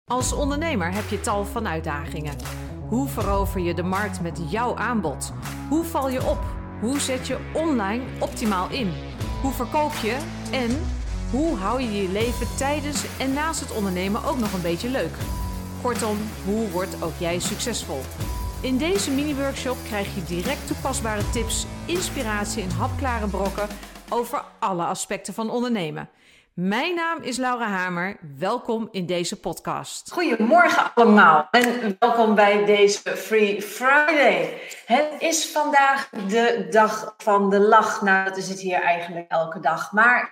Als ondernemer heb je tal van uitdagingen. Hoe verover je de markt met jouw aanbod? Hoe val je op? Hoe zet je online optimaal in? Hoe verkoop je? En hoe hou je je leven tijdens en naast het ondernemen ook nog een beetje leuk? Kortom, hoe wordt ook jij succesvol? In deze mini-workshop krijg je direct toepasbare tips, inspiratie en hapklare brokken over alle aspecten van ondernemen. Mijn naam is Laura Hamer. Welkom in deze podcast. Goedemorgen allemaal en welkom bij deze Free Friday. Het is vandaag de dag van de lach. Nou, dat is het hier eigenlijk elke dag. Maar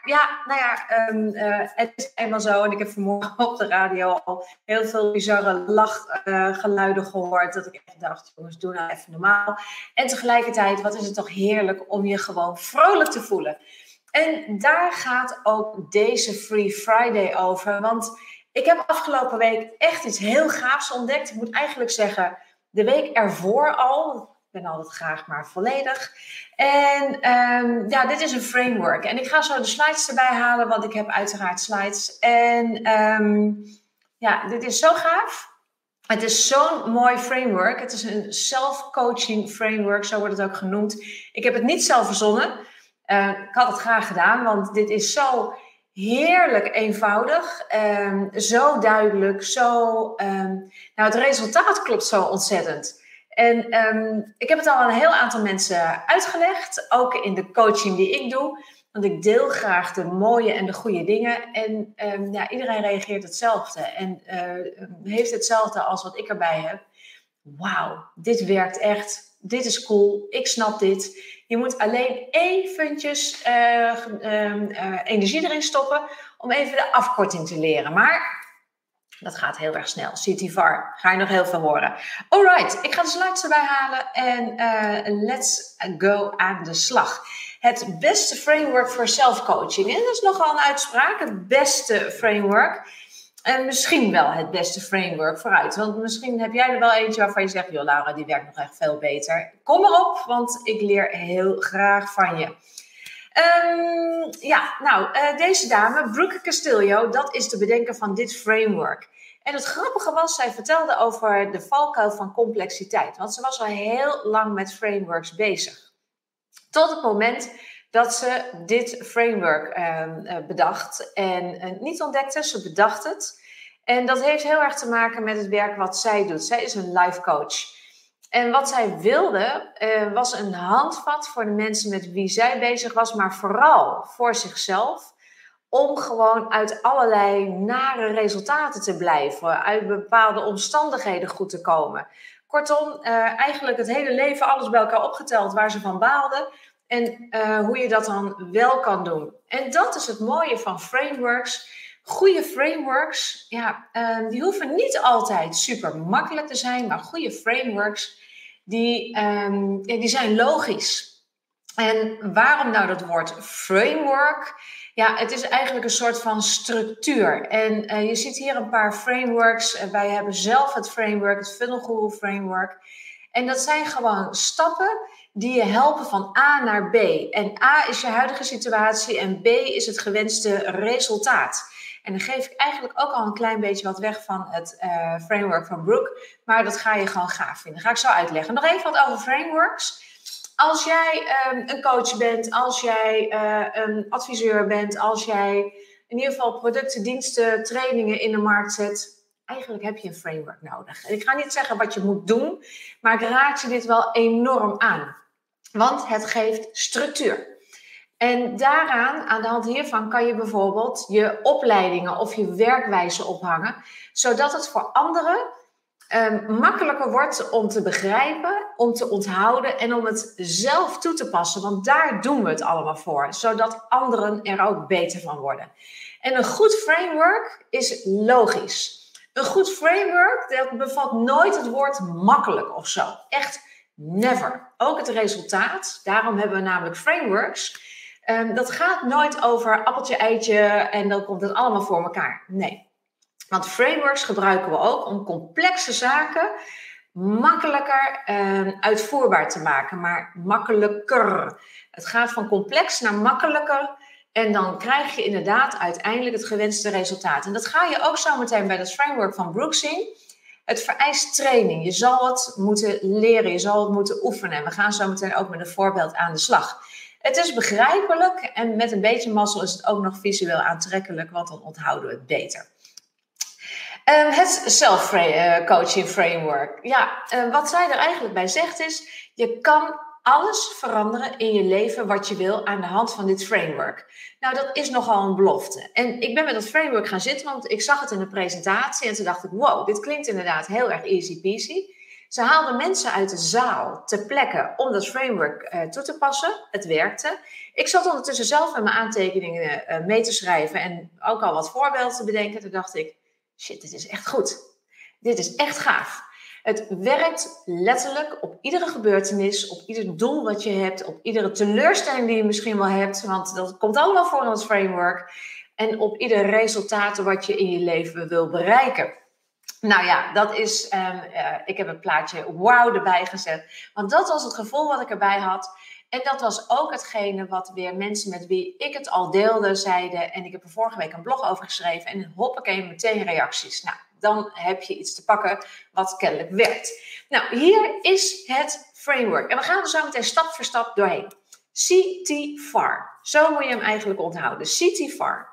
het is eenmaal zo. En ik heb vanmorgen op de radio al heel veel bizarre lachgeluiden gehoord. Dat ik echt dacht, jongens, doe nou even normaal. En tegelijkertijd, wat is het toch heerlijk om je gewoon vrolijk te voelen. En daar gaat ook deze Free Friday over. Want ik heb afgelopen week echt iets heel gaafs ontdekt. Ik moet eigenlijk zeggen, de week ervoor al. Ik ben altijd graag maar volledig. En dit is een framework. En ik ga zo de slides erbij halen, want ik heb uiteraard slides. En dit is zo gaaf. Het is zo'n mooi framework. Het is een self-coaching framework, zo wordt het ook genoemd. Ik heb het niet zelf verzonnen. Ik had het graag gedaan, want dit is zo heerlijk eenvoudig, zo duidelijk, het resultaat klopt zo ontzettend. En ik heb het al aan een heel aantal mensen uitgelegd, ook in de coaching die ik doe, want ik deel graag de mooie en de goede dingen. En iedereen reageert hetzelfde en heeft hetzelfde als wat ik erbij heb. Wauw, dit werkt echt. Dit is cool, ik snap dit. Je moet alleen eventjes energie erin stoppen om even de afkorting te leren. Maar dat gaat heel erg snel. CTVAR, ga je nog heel veel horen. Alright, ik ga de slides erbij halen en let's go aan de slag. Het beste framework voor self-coaching. En dat is nogal een uitspraak, het beste framework. En misschien wel het beste framework vooruit. Want misschien heb jij er wel eentje waarvan je zegt, joh Laura, die werkt nog echt veel beter. Kom erop, want ik leer heel graag van je. Deze dame, Brooke Castillo, dat is de bedenker van dit framework. En het grappige was, zij vertelde over de valkuil van complexiteit. Want ze was al heel lang met frameworks bezig. Tot het moment dat ze dit framework bedacht. En niet ontdekte, ze bedacht het. En dat heeft heel erg te maken met het werk wat zij doet. Zij is een life coach. En wat zij wilde was een handvat voor de mensen met wie zij bezig was. Maar vooral voor zichzelf. Om gewoon uit allerlei nare resultaten te blijven. Uit bepaalde omstandigheden goed te komen. Kortom, eigenlijk het hele leven, alles bij elkaar opgeteld waar ze van baalde. En hoe je dat dan wel kan doen. En dat is het mooie van frameworks. Goede frameworks, die hoeven niet altijd super makkelijk te zijn. Maar goede frameworks, die zijn logisch. En waarom nou dat woord framework? Ja, het is eigenlijk een soort van structuur. En je ziet hier een paar frameworks. Wij hebben zelf het framework, het Funnel Guru framework. En dat zijn gewoon stappen die je helpen van A naar B. En A is je huidige situatie en B is het gewenste resultaat. En dan geef ik eigenlijk ook al een klein beetje wat weg van het framework van Brooke. Maar dat ga je gewoon gaaf vinden. Dat ga ik zo uitleggen. Nog even wat over frameworks. Als jij een coach bent, als jij een adviseur bent, als jij in ieder geval producten, diensten, trainingen in de markt zet. Eigenlijk heb je een framework nodig. En ik ga niet zeggen wat je moet doen, maar ik raad je dit wel enorm aan. Want het geeft structuur. En daaraan, aan de hand hiervan, kan je bijvoorbeeld je opleidingen of je werkwijze ophangen. Zodat het voor anderen makkelijker wordt om te begrijpen, om te onthouden en om het zelf toe te passen. Want daar doen we het allemaal voor. Zodat anderen er ook beter van worden. En een goed framework is logisch. Een goed framework, dat bevat nooit het woord makkelijk of zo. Echt never. Ook het resultaat, daarom hebben we namelijk frameworks. Dat gaat nooit over appeltje, eitje en dan komt het allemaal voor elkaar. Nee. Want frameworks gebruiken we ook om complexe zaken makkelijker uitvoerbaar te maken. Maar makkelijker. Het gaat van complex naar makkelijker. En dan krijg je inderdaad uiteindelijk het gewenste resultaat. En dat ga je ook zo meteen bij dat framework van Brooke zien. Het vereist training. Je zal het moeten leren, je zal het moeten oefenen. En we gaan zo meteen ook met een voorbeeld aan de slag. Het is begrijpelijk en met een beetje mazzel is het ook nog visueel aantrekkelijk, want dan onthouden we het beter. Het self-coaching framework. Ja, wat zij er eigenlijk bij zegt is, je kan alles veranderen in je leven wat je wil aan de hand van dit framework. Nou, dat is nogal een belofte. En ik ben met dat framework gaan zitten, want ik zag het in de presentatie en toen dacht ik, wow, dit klinkt inderdaad heel erg easy peasy. Ze haalden mensen uit de zaal ter plekke om dat framework toe te passen. Het werkte. Ik zat ondertussen zelf met mijn aantekeningen mee te schrijven en ook al wat voorbeelden te bedenken. Toen dacht ik, shit, dit is echt goed. Dit is echt gaaf. Het werkt letterlijk op iedere gebeurtenis, op ieder doel wat je hebt, op iedere teleurstelling die je misschien wel hebt, want dat komt allemaal voor in het framework, en op ieder resultaat wat je in je leven wil bereiken. Nou ja, dat is, ik heb het plaatje wauw erbij gezet, want dat was het gevoel wat ik erbij had. En dat was ook hetgene wat weer mensen met wie ik het al deelde zeiden. En ik heb er vorige week een blog over geschreven. En hoppakee, meteen reacties. Nou, dan heb je iets te pakken wat kennelijk werkt. Nou, hier is het framework. En we gaan er zo meteen stap voor stap doorheen. CT-FAR. Zo moet je hem eigenlijk onthouden. CT-FAR.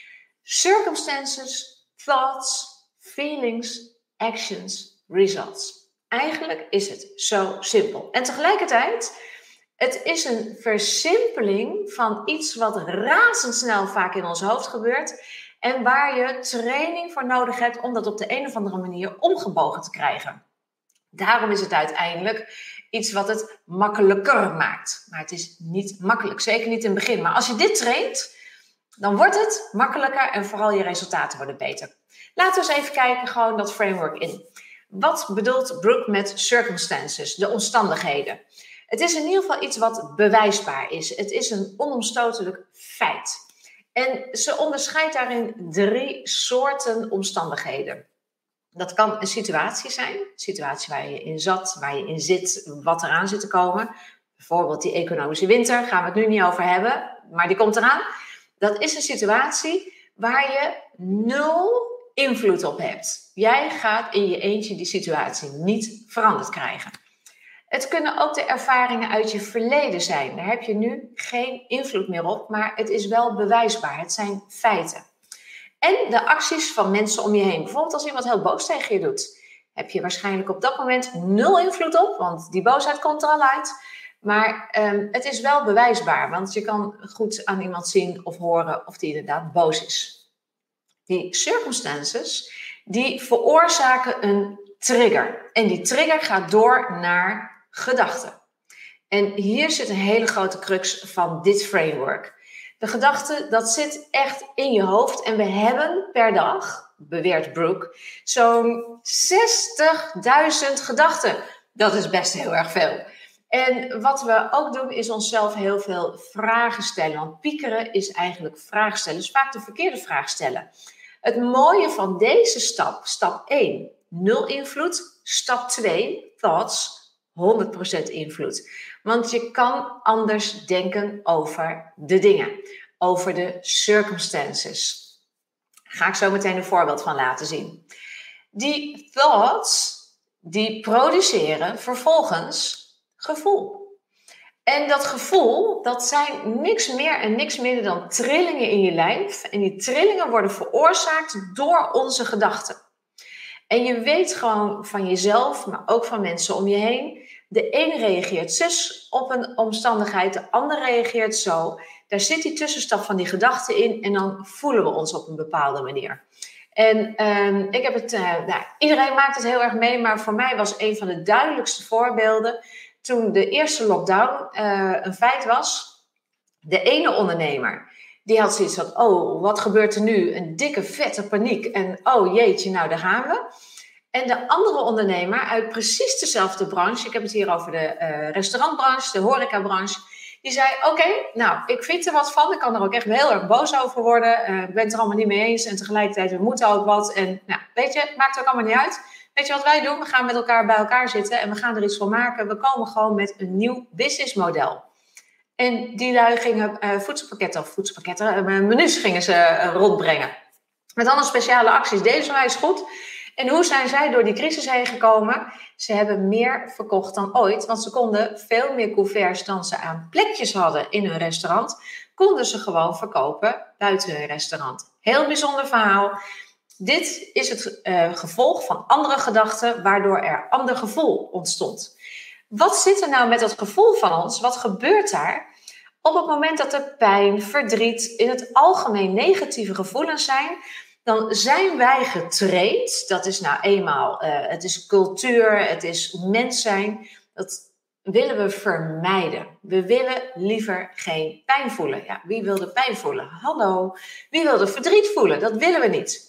Circumstances, thoughts, feelings, actions, results. Eigenlijk is het zo simpel. En tegelijkertijd, het is een versimpeling van iets wat razendsnel vaak in ons hoofd gebeurt en waar je training voor nodig hebt om dat op de een of andere manier omgebogen te krijgen. Daarom is het uiteindelijk iets wat het makkelijker maakt. Maar het is niet makkelijk, zeker niet in het begin. Maar als je dit traint, dan wordt het makkelijker en vooral je resultaten worden beter. Laten we eens even kijken, gewoon dat framework in. Wat bedoelt Brooke met circumstances, de omstandigheden? Het is in ieder geval iets wat bewijsbaar is. Het is een onomstotelijk feit. En ze onderscheidt daarin 3 soorten omstandigheden. Dat kan een situatie zijn. Een situatie waar je in zat, waar je in zit, wat eraan zit te komen. Bijvoorbeeld die economische winter, gaan we het nu niet over hebben, maar die komt eraan. Dat is een situatie waar je 0 invloed op hebt. Jij gaat in je eentje die situatie niet veranderd krijgen. Het kunnen ook de ervaringen uit je verleden zijn. Daar heb je nu geen invloed meer op, maar het is wel bewijsbaar. Het zijn feiten. En de acties van mensen om je heen. Bijvoorbeeld als iemand heel boos tegen je doet, heb je waarschijnlijk op dat moment 0 invloed op, want die boosheid komt er al uit. Maar het is wel bewijsbaar, want je kan goed aan iemand zien of horen of die inderdaad boos is. Die circumstances, die veroorzaken een trigger. En die trigger gaat door naar gedachten. En hier zit een hele grote crux van dit framework. De gedachte, dat zit echt in je hoofd. En we hebben per dag, beweert Brooke, zo'n 60.000 gedachten. Dat is best heel erg veel. En wat we ook doen, is onszelf heel veel vragen stellen. Want piekeren is eigenlijk vragen stellen. Dus vaak de verkeerde vraag stellen. Het mooie van deze stap 1, 0 invloed. Stap 2, thoughts, 100% invloed. Want je kan anders denken over de dingen. Over de circumstances. Daar ga ik zo meteen een voorbeeld van laten zien. Die thoughts, die produceren vervolgens gevoel. En dat gevoel, dat zijn niks meer en niks minder dan trillingen in je lijf. En die trillingen worden veroorzaakt door onze gedachten. En je weet gewoon van jezelf, maar ook van mensen om je heen. De een reageert zus op een omstandigheid, de ander reageert zo. Daar zit die tussenstap van die gedachten in en dan voelen we ons op een bepaalde manier. En ik heb het, iedereen maakt het heel erg mee, maar voor mij was een van de duidelijkste voorbeelden toen de eerste lockdown een feit was. De ene ondernemer, die had zoiets van, oh, wat gebeurt er nu? Een dikke, vette paniek. En oh jeetje, nou daar gaan we. En de andere ondernemer uit precies dezelfde branche, ik heb het hier over de restaurantbranche, de horecabranche, die zei, oké, nou, ik vind er wat van. Ik kan er ook echt heel erg boos over worden. Ik ben het er allemaal niet mee eens. En tegelijkertijd, we moeten ook wat. En nou, weet je, het maakt ook allemaal niet uit. Weet je wat wij doen? We gaan met elkaar bij elkaar zitten en we gaan er iets van maken. We komen gewoon met een nieuw businessmodel. En die lui gingen menus gingen ze rondbrengen. Met allemaal speciale acties. Deden ze eens goed. En hoe zijn zij door die crisis heen gekomen? Ze hebben meer verkocht dan ooit. Want ze konden veel meer couverts dan ze aan plekjes hadden in hun restaurant. Konden ze gewoon verkopen buiten hun restaurant. Heel bijzonder verhaal. Dit is het gevolg van andere gedachten, waardoor er ander gevoel ontstond. Wat zit er nou met dat gevoel van ons? Wat gebeurt daar? Op het moment dat er pijn, verdriet, in het algemeen negatieve gevoelens zijn, dan zijn wij getraind. Dat is nou eenmaal, het is cultuur, het is mens zijn. Dat willen we vermijden. We willen liever geen pijn voelen. Ja, wie wil de pijn voelen? Hallo. Wie wil de verdriet voelen? Dat willen we niet.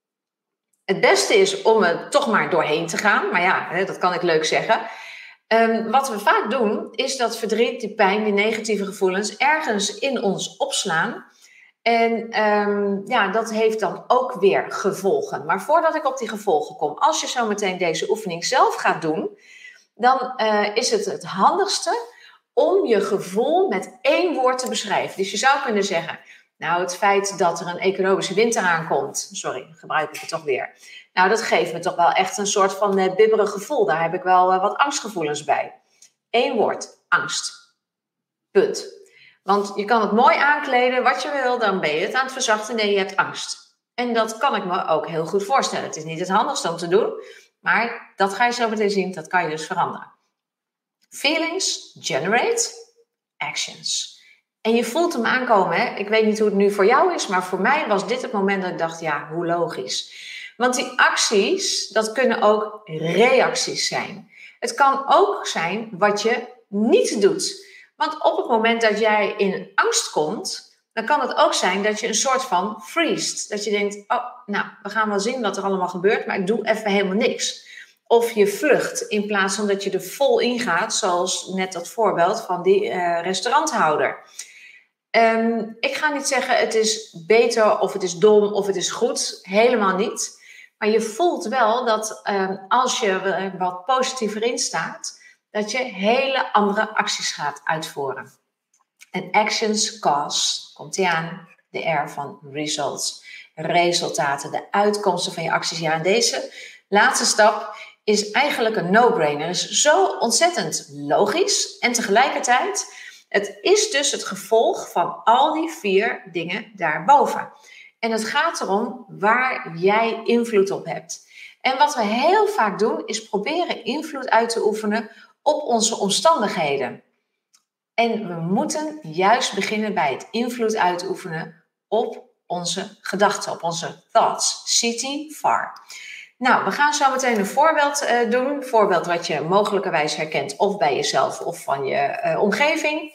Het beste is om er toch maar doorheen te gaan. Maar ja, dat kan ik leuk zeggen. Wat we vaak doen, is dat verdriet, die pijn, die negatieve gevoelens ergens in ons opslaan. En dat heeft dan ook weer gevolgen. Maar voordat ik op die gevolgen kom, als je zo meteen deze oefening zelf gaat doen, dan is het handigste om je gevoel met 1 woord te beschrijven. Dus je zou kunnen zeggen, nou, het feit dat er een economische winter aankomt, gebruik ik het toch weer. Nou, dat geeft me toch wel echt een soort van bibberig gevoel. Daar heb ik wel wat angstgevoelens bij. 1 woord, angst. Punt. Want je kan het mooi aankleden, wat je wil, dan ben je het aan het verzachten. Nee, je hebt angst. En dat kan ik me ook heel goed voorstellen. Het is niet het handigste om te doen, maar dat ga je zo meteen zien, dat kan je dus veranderen. Feelings generate actions. En je voelt hem aankomen, hè? Ik weet niet hoe het nu voor jou is, maar voor mij was dit het moment dat ik dacht, ja, hoe logisch. Want die acties, dat kunnen ook reacties zijn. Het kan ook zijn wat je niet doet. Want op het moment dat jij in angst komt, dan kan het ook zijn dat je een soort van freest. Dat je denkt, oh, nou, we gaan wel zien wat er allemaal gebeurt, maar ik doe even helemaal niks. Of je vlucht in plaats van dat je er vol in gaat, zoals net dat voorbeeld van die restauranthouder. Ik ga niet zeggen het is beter of het is dom of het is goed. Helemaal niet. Maar je voelt wel dat als je er wat positiever in staat, dat je hele andere acties gaat uitvoeren. En actions cause, komt die aan, de R van results. Resultaten, de uitkomsten van je acties. Ja, en deze laatste stap is eigenlijk een no-brainer. Het is zo ontzettend logisch en tegelijkertijd, het is dus het gevolg van al die 4 dingen daarboven. En het gaat erom waar jij invloed op hebt. En wat we heel vaak doen, is proberen invloed uit te oefenen op onze omstandigheden. En we moeten juist beginnen bij het invloed uitoefenen op onze gedachten, op onze thoughts. CT-FAR. Nou, we gaan zo meteen een voorbeeld doen. Een voorbeeld wat je mogelijkerwijs herkent of bij jezelf of van je omgeving.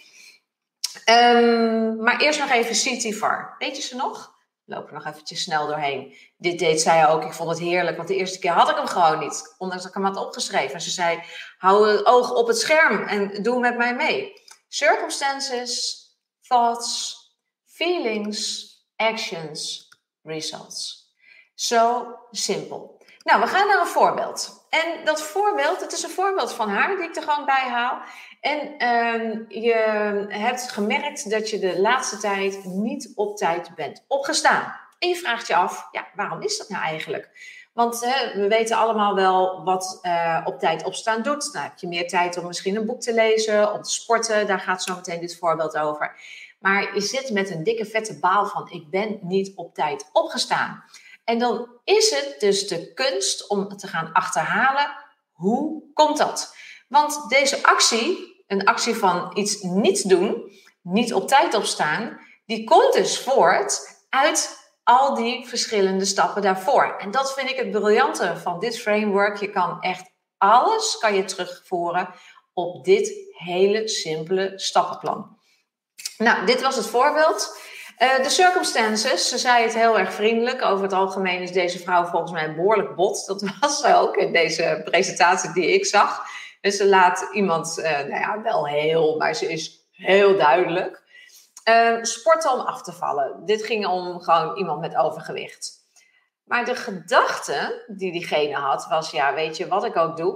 Maar eerst nog even CT-FAR. Weet je ze nog? We lopen nog eventjes snel doorheen. Dit deed zij ook. Ik vond het heerlijk, want de eerste keer had ik hem gewoon niet. Ondanks dat ik hem had opgeschreven. En ze zei, hou het oog op het scherm en doe met mij mee. Circumstances, thoughts, feelings, actions, results. Zo simpel. Nou, we gaan naar een voorbeeld. En dat voorbeeld, het is een voorbeeld van haar die ik er gewoon bij haal. En je hebt gemerkt dat je de laatste tijd niet op tijd bent opgestaan. En je vraagt je af, ja, waarom is dat nou eigenlijk? Want we weten allemaal wel wat op tijd opstaan doet. Nou heb je meer tijd om misschien een boek te lezen, om te sporten. Daar gaat zo meteen dit voorbeeld over. Maar je zit met een dikke vette baal van, ik ben niet op tijd opgestaan. En dan is het dus de kunst om te gaan achterhalen, hoe komt dat? Want deze actie, een actie van iets niet doen, niet op tijd opstaan, die komt dus voort uit al die verschillende stappen daarvoor. En dat vind ik het briljante van dit framework. Je kan echt alles kan je terugvoeren op dit hele simpele stappenplan. Nou, dit was het voorbeeld. De circumstances, ze zei het heel erg vriendelijk. Over het algemeen is deze vrouw volgens mij behoorlijk bot. Dat was ze ook in deze presentatie die ik zag. Dus ze laat iemand, wel heel, maar ze is heel duidelijk. Sporten om af te vallen. Dit ging om gewoon iemand met overgewicht. Maar de gedachte die diegene had was, ja, weet je wat ik ook doe?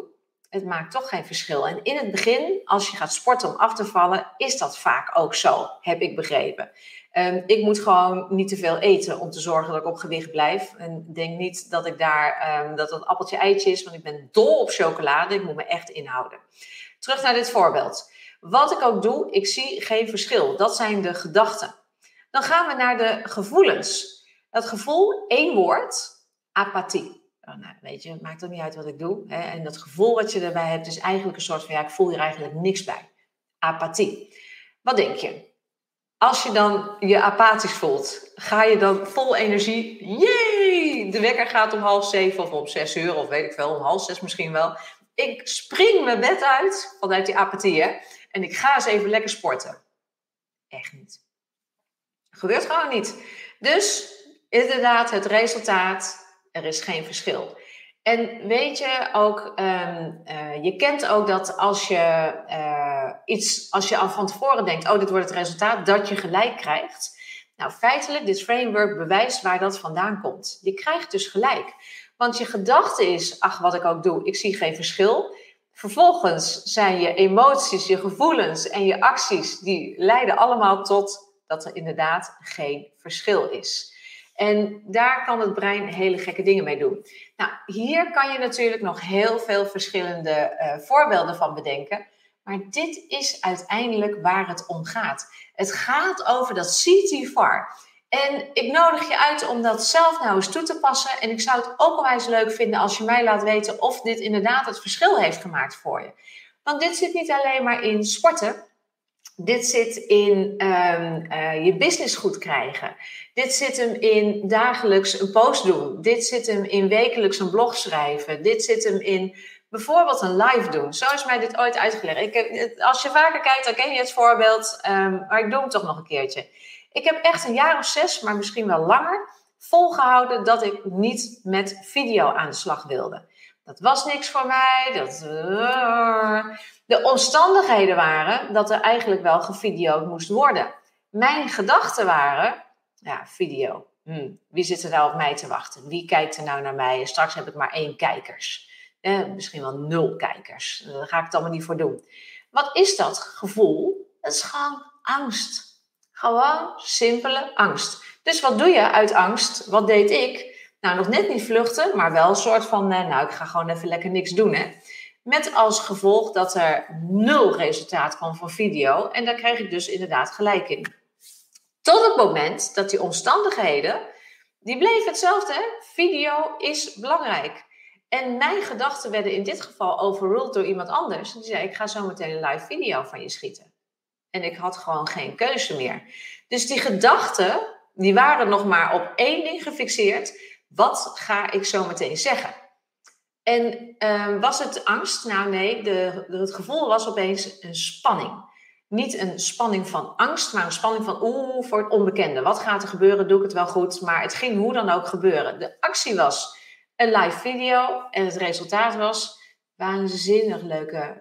het maakt toch geen verschil. En in het begin, als je gaat sporten om af te vallen, is dat vaak ook zo, heb ik begrepen. Ik moet gewoon niet te veel eten om te zorgen dat ik op gewicht blijf. En denk niet dat ik dat het appeltje eitje is, want ik ben dol op chocolade. Ik moet me echt inhouden. Terug naar dit voorbeeld. Wat ik ook doe, ik zie geen verschil. Dat zijn de gedachten. Dan gaan we naar de gevoelens. Dat gevoel, 1 woord, apathie. Nou, weet je, het maakt ook niet uit wat ik doe. Hè? En dat gevoel wat je erbij hebt is eigenlijk een soort van, ik voel hier eigenlijk niks bij. Apathie. Wat denk je? Als je dan je apathisch voelt, ga je dan vol energie, jee, de wekker gaat om 6:30 of om 6:00 of weet ik veel, om 5:30 misschien wel. Ik spring mijn bed uit, vanuit die apathie, hè, en ik ga eens even lekker sporten. Echt niet. Gebeurt gewoon niet. Dus inderdaad, het resultaat, er is geen verschil. En weet je ook, je kent ook dat als je al van tevoren denkt, dit wordt het resultaat, dat je gelijk krijgt. Nou, feitelijk, dit framework bewijst waar dat vandaan komt. Je krijgt dus gelijk. Want je gedachte is, wat ik ook doe, ik zie geen verschil. Vervolgens zijn je emoties, je gevoelens en je acties, die leiden allemaal tot dat er inderdaad geen verschil is. En daar kan het brein hele gekke dingen mee doen. Nou, hier kan je natuurlijk nog heel veel verschillende voorbeelden van bedenken. Maar dit is uiteindelijk waar het om gaat. Het gaat over dat CT-VAR. En ik nodig je uit om dat zelf nou eens toe te passen. En ik zou het ook onwijs leuk vinden als je mij laat weten of dit inderdaad het verschil heeft gemaakt voor je. Want dit zit niet alleen maar in sporten. Dit zit in je business goed krijgen. Dit zit hem in dagelijks een post doen. Dit zit hem in wekelijks een blog schrijven. Dit zit hem in bijvoorbeeld een live doen. Zo is mij dit ooit uitgelegd. Als je vaker kijkt, dan ken je het voorbeeld. Maar ik doe hem toch nog een keertje. Ik heb echt een jaar of 6, maar misschien wel langer, volgehouden dat ik niet met video aan de slag wilde. Dat was niks voor mij. De omstandigheden waren dat er eigenlijk wel gevideo'd moest worden. Mijn gedachten waren, video. Wie zit er nou op mij te wachten? Wie kijkt er nou naar mij? En straks heb ik maar 1 kijkers. Misschien wel 0 kijkers. Daar ga ik het allemaal niet voor doen. Wat is dat gevoel? Het is gewoon angst. Gewoon simpele angst. Dus wat doe je uit angst? Wat deed ik? Nou, nog net niet vluchten, maar wel een soort van, ik ga gewoon even lekker niks doen, hè. Met als gevolg dat er 0 resultaat kwam van video. En daar kreeg ik dus inderdaad gelijk in. Tot het moment dat die omstandigheden, die bleven hetzelfde, hè. Video is belangrijk. En mijn gedachten werden in dit geval overruled door iemand anders. Die zei, ik ga zo meteen een live video van je schieten. En ik had gewoon geen keuze meer. Dus die gedachten, die waren nog maar op 1 ding gefixeerd. Wat ga ik zo meteen zeggen? En was het angst? Nou nee, het gevoel was opeens een spanning. Niet een spanning van angst, maar een spanning van voor het onbekende. Wat gaat er gebeuren? Doe ik het wel goed? Maar het ging hoe dan ook gebeuren. De actie was een live video en het resultaat was waanzinnig leuke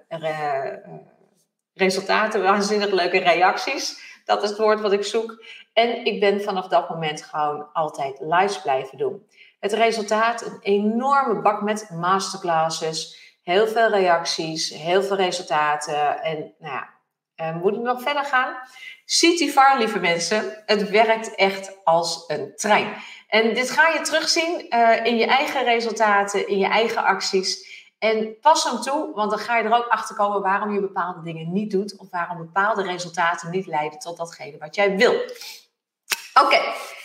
resultaten, waanzinnig leuke reacties. Dat is het woord wat ik zoek. En ik ben vanaf dat moment gewoon altijd lives blijven doen. Het resultaat, een enorme bak met masterclasses, heel veel reacties, heel veel resultaten. En moet ik nog verder gaan? CT-VAR, lieve mensen, het werkt echt als een trein. En dit ga je terugzien in je eigen resultaten, in je eigen acties. En pas hem toe, want dan ga je er ook achter komen waarom je bepaalde dingen niet doet. Of waarom bepaalde resultaten niet leiden tot datgene wat jij wil. Oké.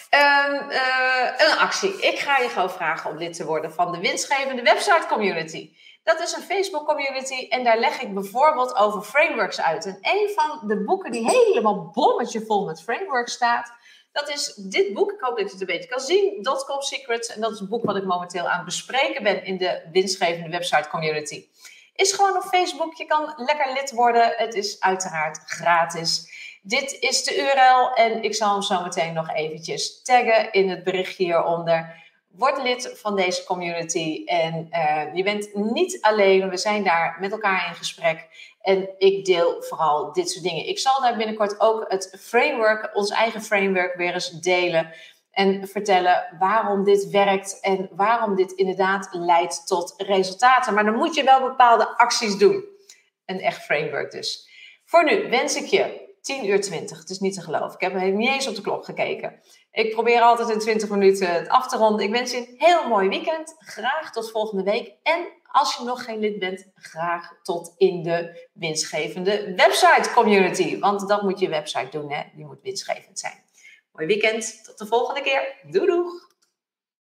Een actie. Ik ga je gewoon vragen om lid te worden van de winstgevende website community. Dat is een Facebook community en daar leg ik bijvoorbeeld over frameworks uit. En een van de boeken die helemaal bommetje vol met frameworks staat, dat is dit boek. Ik hoop dat je het een beetje kan zien. .com Secrets. En dat is een boek wat ik momenteel aan het bespreken ben in de winstgevende website community. Is gewoon op Facebook. Je kan lekker lid worden. Het is uiteraard gratis. Dit is de URL en ik zal hem zo meteen nog eventjes taggen in het berichtje hieronder. Word lid van deze community en je bent niet alleen. We zijn daar met elkaar in gesprek en ik deel vooral dit soort dingen. Ik zal daar binnenkort ook het framework, ons eigen framework, weer eens delen. En vertellen waarom dit werkt en waarom dit inderdaad leidt tot resultaten. Maar dan moet je wel bepaalde acties doen. Een echt framework dus. Voor nu wens ik je 10:20. Het is niet te geloven. Ik heb niet eens op de klok gekeken. Ik probeer altijd in 20 minuten het af te ronden. Ik wens je een heel mooi weekend. Graag tot volgende week. En als je nog geen lid bent, graag tot in de winstgevende website community. Want dat moet je website doen, hè? Die moet winstgevend zijn. Mooi weekend. Tot de volgende keer. Doei doeg!